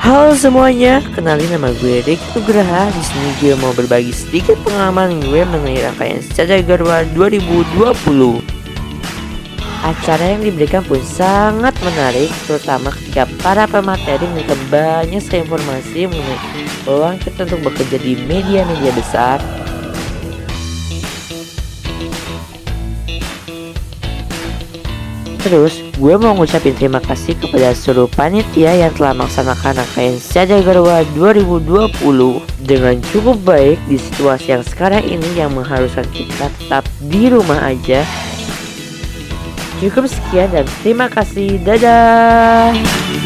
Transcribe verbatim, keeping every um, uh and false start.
Halo semuanya, kenalin nama gue Rick Nugraha. Di sini gue mau berbagi sedikit pengalaman gue mengenai rangkaian Satya Garuda dua ribu dua puluh. Acara yang diberikan pun sangat menarik, terutama ketika para pemateri memberikan banyak sekali informasi mengenai peluang kita untuk bekerja di media-media besar. Terus, gue mau ngucapin terima kasih kepada seluruh panitia yang telah melaksanakan rangkaian Satya Garuda dua ribu dua puluh dengan cukup baik di situasi yang sekarang ini yang mengharuskan kita tetap di rumah aja. Cukup sekian dan terima kasih, dadah.